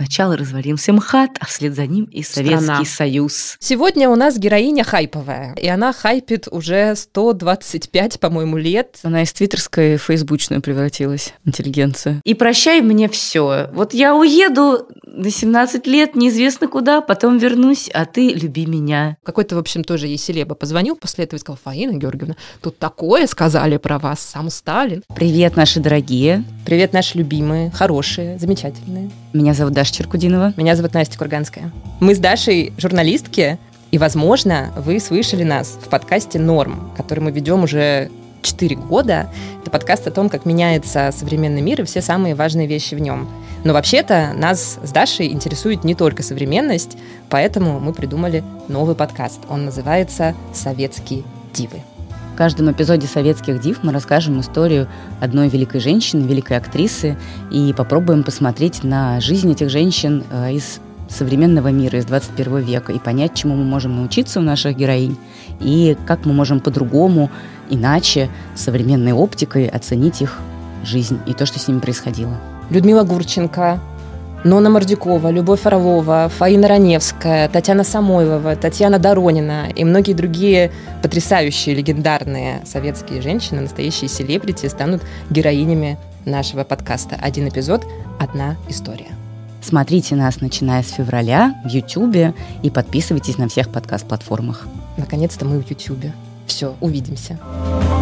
сначала развалился МХАТ, а вслед за ним и Советский Союз. Сегодня у нас героиня хайповая, и она хайпит уже 125, по-моему, лет. Она из твиттерской в фейсбучную превратилась, интеллигенция. И прощай мне все. Вот я уеду на 17 лет, неизвестно куда, потом вернусь, а ты люби меня. Какой-то, в общем, тоже ей селеба позвонил после этого и сказал: Фаина Георгиевна, тут такое сказали про вас, сам Сталин. Привет, наши дорогие. Привет, наши любимые, хорошие, замечательные. Меня зовут Даша Черкудинова. Меня зовут Настя Курганская. Мы с Дашей журналистки, и, возможно, вы слышали нас в подкасте «Норм», который мы ведем уже 4 года. Это подкаст о том, как меняется современный мир и все самые важные вещи в нем. Но вообще-то нас с Дашей интересует не только современность, поэтому мы придумали новый подкаст. Он называется «Советские дивы». В каждом эпизоде «Советских див» мы расскажем историю одной великой женщины, великой актрисы, и попробуем посмотреть на жизнь этих женщин из современного мира, из 21 века, и понять, чему мы можем научиться у наших героинь, и как мы можем по-другому, иначе, современной оптикой оценить их жизнь и то, что с ними происходило. Людмила Гурченко, Нонна Мордюкова, Любовь Орлова, Фаина Раневская, Татьяна Самойлова, Татьяна Доронина и многие другие потрясающие, легендарные советские женщины, настоящие селебрити, станут героинями нашего подкаста. Один эпизод, одна история. Смотрите нас, начиная с февраля, в Ютубе, и подписывайтесь на всех подкаст-платформах. Наконец-то мы в Ютубе. Все, увидимся.